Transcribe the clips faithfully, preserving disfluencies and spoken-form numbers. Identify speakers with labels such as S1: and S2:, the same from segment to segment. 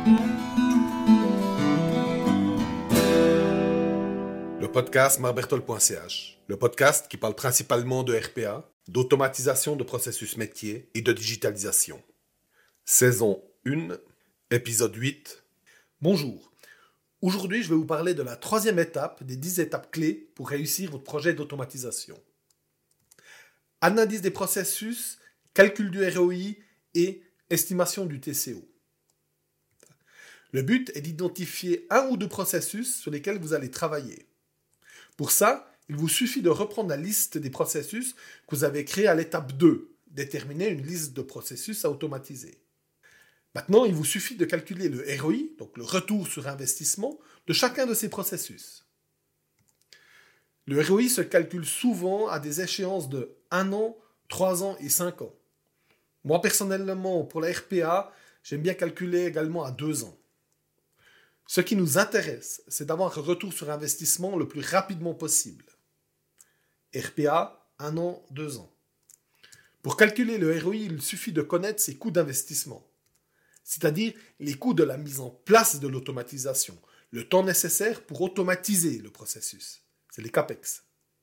S1: Le podcast marbertol point c h, le podcast qui parle principalement de R P A, d'automatisation de processus métiers et de digitalisation. Saison un, épisode huit. Bonjour. Aujourd'hui, je vais vous parler de la troisième étape des dix étapes clés pour réussir votre projet d'automatisation. Analyse des processus, calcul du R O I et estimation du T C O. Le but est d'identifier un ou deux processus sur lesquels vous allez travailler. Pour ça, il vous suffit de reprendre la liste des processus que vous avez créés à l'étape deux, déterminer une liste de processus à automatiser. Maintenant, il vous suffit de calculer le R O I, donc le retour sur investissement, de chacun de ces processus. Le R O I se calcule souvent à des échéances de un an, trois ans et cinq ans. Moi, personnellement, pour la R P A, j'aime bien calculer également à deux ans. Ce qui nous intéresse, c'est d'avoir un retour sur investissement le plus rapidement possible. R P A, un an, deux ans. Pour calculer le R O I, il suffit de connaître ses coûts d'investissement, c'est-à-dire les coûts de la mise en place de l'automatisation, le temps nécessaire pour automatiser le processus. C'est les CAPEX.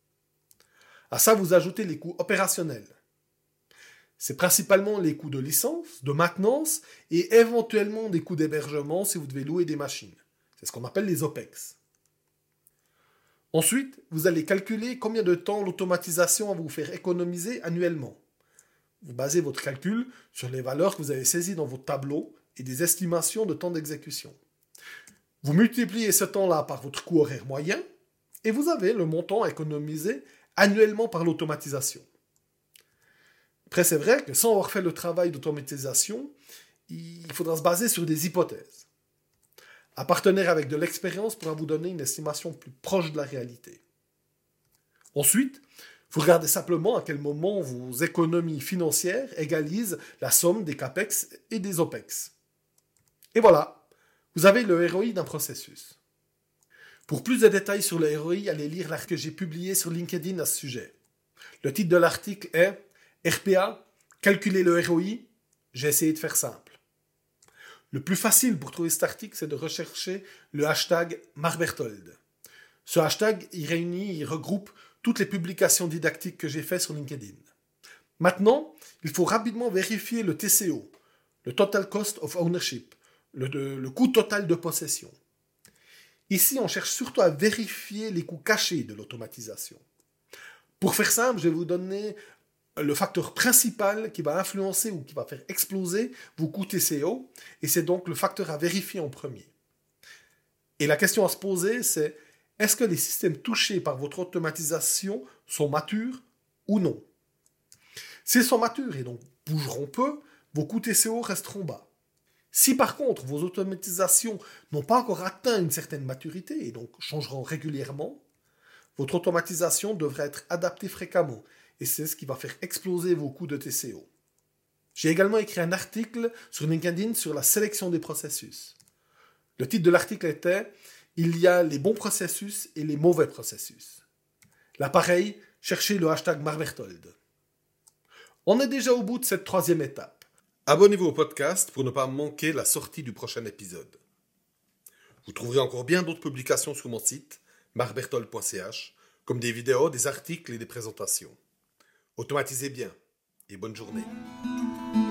S1: À ça, vous ajoutez les coûts opérationnels. C'est principalement les coûts de licence, de maintenance et éventuellement des coûts d'hébergement si vous devez louer des machines. C'est ce qu'on appelle les OPEX. Ensuite, vous allez calculer combien de temps l'automatisation va vous faire économiser annuellement. Vous basez votre calcul sur les valeurs que vous avez saisies dans votre tableau et des estimations de temps d'exécution. Vous multipliez ce temps-là par votre coût horaire moyen et vous avez le montant économisé annuellement par l'automatisation. Après, c'est vrai que sans avoir fait le travail d'automatisation, il faudra se baser sur des hypothèses. Un partenaire avec de l'expérience pourra vous donner une estimation plus proche de la réalité. Ensuite, vous regardez simplement à quel moment vos économies financières égalisent la somme des CAPEX et des OPEX. Et voilà, vous avez le R O I d'un processus. Pour plus de détails sur le R O I, allez lire l'article que j'ai publié sur LinkedIn à ce sujet. Le titre de l'article est « R P A, calculer le R O I, j'ai essayé de faire simple ». Le plus facile pour trouver cet article, c'est de rechercher le hashtag Marbertold. Ce hashtag, il réunit, il regroupe toutes les publications didactiques que j'ai faites sur LinkedIn. Maintenant, il faut rapidement vérifier le T C O, le Total Cost of Ownership, le, de, le coût total de possession. Ici, on cherche surtout à vérifier les coûts cachés de l'automatisation. Pour faire simple, je vais vous donner le facteur principal qui va influencer ou qui va faire exploser vos coûts T C O, et c'est donc le facteur à vérifier en premier. Et la question à se poser, c'est est-ce que les systèmes touchés par votre automatisation sont matures ou non? S'ils sont matures et donc bougeront peu, vos coûts T C O resteront bas. Si par contre vos automatisations n'ont pas encore atteint une certaine maturité et donc changeront régulièrement, votre automatisation devrait être adaptée fréquemment et c'est ce qui va faire exploser vos coûts de T C O. J'ai également écrit un article sur LinkedIn sur la sélection des processus. Le titre de l'article était « Il y a les bons processus et les mauvais processus ». Là pareil, cherchez le hashtag Marbertold. On est déjà au bout de cette troisième étape. Abonnez-vous au podcast pour ne pas manquer la sortie du prochain épisode. Vous trouverez encore bien d'autres publications sur mon site, marbertol point c h, comme des vidéos, des articles et des présentations. Automatisez bien et bonne journée.